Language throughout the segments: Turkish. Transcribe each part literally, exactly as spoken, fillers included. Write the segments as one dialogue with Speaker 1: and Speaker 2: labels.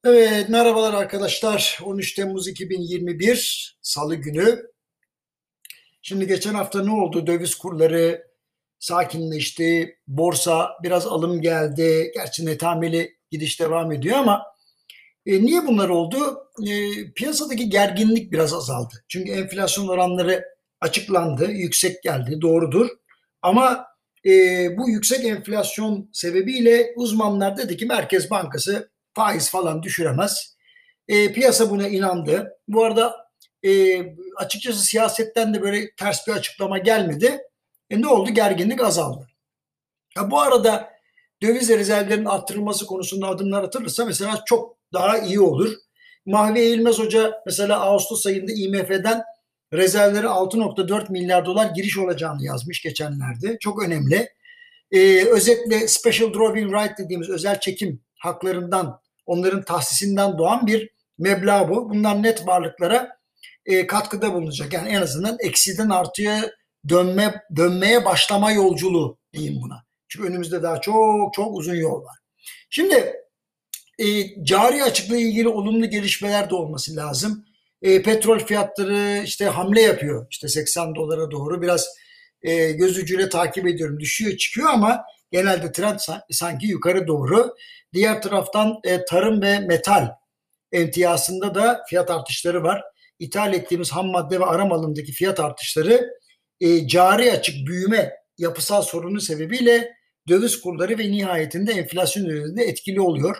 Speaker 1: Evet, merhabalar arkadaşlar. on üç Temmuz iki bin yirmi bir Salı günü. Şimdi geçen hafta ne oldu? Döviz kurları sakinleşti. Borsa biraz alım geldi. Gerçi netameli gidiş devam ediyor ama e, niye bunlar oldu? E, piyasadaki gerginlik biraz azaldı. Çünkü enflasyon oranları açıklandı. Yüksek geldi. Doğrudur. Ama e, bu yüksek enflasyon sebebiyle uzmanlar dedi ki Merkez Bankası faiz falan düşüremez. E, piyasa buna inandı. Bu arada e, açıkçası siyasetten de böyle ters bir açıklama gelmedi. E, ne oldu? Gerginlik azaldı. Ha, bu arada döviz rezervlerinin arttırılması konusunda adımlar atılırsa mesela çok daha iyi olur. Mahvi Eğilmez Hoca mesela Ağustos ayında I M F'den rezervlere altı nokta dört milyar dolar giriş olacağını yazmış geçenlerde. Çok önemli. Ee, özetle special drawing right dediğimiz özel çekim haklarından, onların tahsisinden doğan bir meblağ bu. Bunlar net varlıklara e, katkıda bulunacak. Yani en azından eksiden artıya dönme dönmeye başlama yolculuğu diyeyim buna. Çünkü önümüzde daha çok çok uzun yol var. Şimdi e, cari açıkla ilgili olumlu gelişmeler de olması lazım. E, petrol fiyatları işte hamle yapıyor. İşte seksen dolara doğru biraz e, göz ucuyla takip ediyorum. Düşüyor çıkıyor ama genelde trend sanki yukarı doğru. Diğer taraftan e, tarım ve metal emtiyasında da fiyat artışları var. İthal ettiğimiz ham madde ve aram alımındaki fiyat artışları e, cari açık büyüme yapısal sorunu sebebiyle döviz kurları ve nihayetinde enflasyon üzerinde etkili oluyor.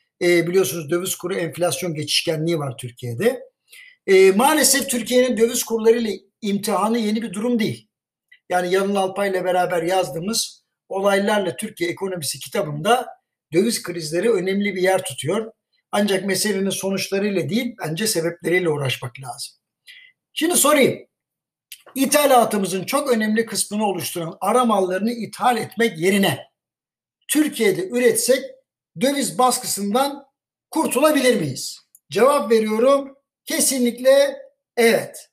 Speaker 1: E, biliyorsunuz döviz kuru enflasyon geçişkenliği var Türkiye'de. E, maalesef Türkiye'nin döviz kurlarıyla imtihanı yeni bir durum değil. Yani Yalın Alpay ile beraber yazdığımız Olaylarla Türkiye Ekonomisi kitabında döviz krizleri önemli bir yer tutuyor. Ancak meselenin sonuçlarıyla değil, bence sebepleriyle uğraşmak lazım. Şimdi sorayım. İthalatımızın çok önemli kısmını oluşturan ara mallarını ithal etmek yerine Türkiye'de üretsek döviz baskısından kurtulabilir miyiz? Cevap veriyorum. Kesinlikle evet.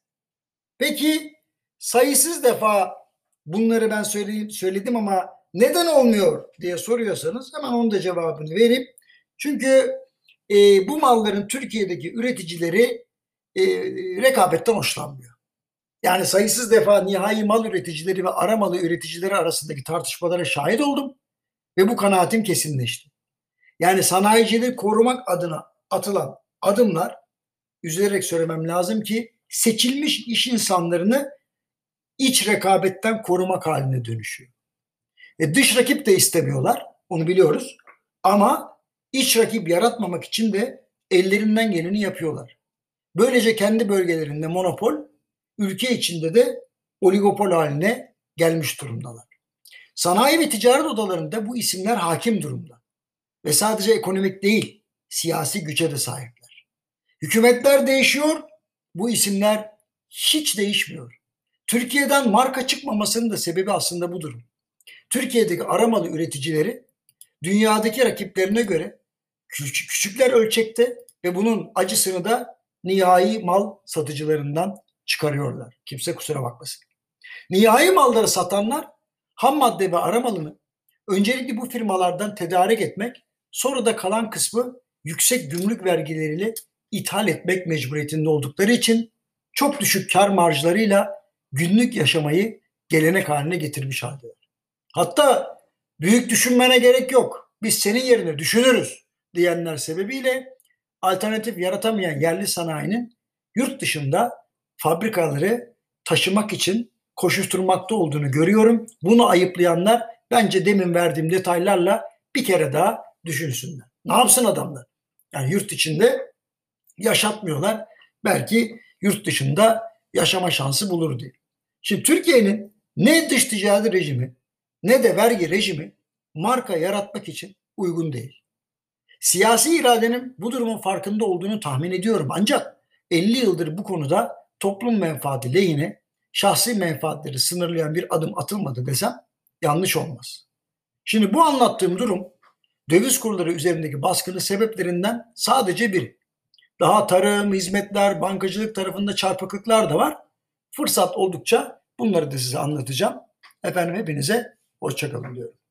Speaker 1: Peki sayısız defa bunları ben söyledim ama neden olmuyor diye soruyorsanız hemen onun da cevabını vereyim. Çünkü e, bu malların Türkiye'deki üreticileri e, rekabetten hoşlanmıyor. Yani sayısız defa nihai mal üreticileri ve ara malı üreticileri arasındaki tartışmalara şahit oldum ve bu kanaatim kesinleşti. Yani sanayicileri korumak adına atılan adımlar, üzülerek söylemem lazım ki seçilmiş iş insanlarını iç rekabetten korumak haline dönüşüyor. E dış rakip de istemiyorlar, onu biliyoruz. Ama iç rakip yaratmamak için de ellerinden geleni yapıyorlar. Böylece kendi bölgelerinde monopol, ülke içinde de oligopol haline gelmiş durumdalar. Sanayi ve ticaret odalarında bu isimler hakim durumda. Ve sadece ekonomik değil, siyasi güce de sahipler. Hükümetler değişiyor, bu isimler hiç değişmiyor. Türkiye'den marka çıkmamasının da sebebi aslında bu durum. Türkiye'deki aramalı üreticileri dünyadaki rakiplerine göre küçük, küçükler ölçekte ve bunun acısını da nihai mal satıcılarından çıkarıyorlar. Kimse kusura bakmasın. Nihai malları satanlar ham madde ve aramalını öncelikle bu firmalardan tedarik etmek, sonra da kalan kısmı yüksek gümrük vergileriyle ithal etmek mecburiyetinde oldukları için çok düşük kar marjlarıyla günlük yaşamayı gelenek haline getirmiş haldeler. Hatta büyük düşünmene gerek yok, biz senin yerine düşünürüz diyenler sebebiyle alternatif yaratamayan yerli sanayinin yurt dışında fabrikaları taşımak için koşuşturmakta olduğunu görüyorum. Bunu ayıplayanlar bence demin verdiğim detaylarla bir kere daha düşünsünler. Ne yapsın adamlar? Yani yurt içinde yaşatmıyorlar. Belki yurt dışında yaşama şansı bulur diye. Şimdi Türkiye'nin ne dış ticaret rejimi ne de vergi rejimi marka yaratmak için uygun değil. Siyasi iradenin bu durumun farkında olduğunu tahmin ediyorum. Ancak elli yıldır bu konuda toplum menfaati lehine şahsi menfaatleri sınırlayan bir adım atılmadı desem yanlış olmaz. Şimdi bu anlattığım durum döviz kurları üzerindeki baskının sebeplerinden sadece biri. Daha tarım, hizmetler, bankacılık tarafında çarpıklıklar da var. Fırsat oldukça bunları da size anlatacağım. Efendim hepinize hoşça kalın diyorum.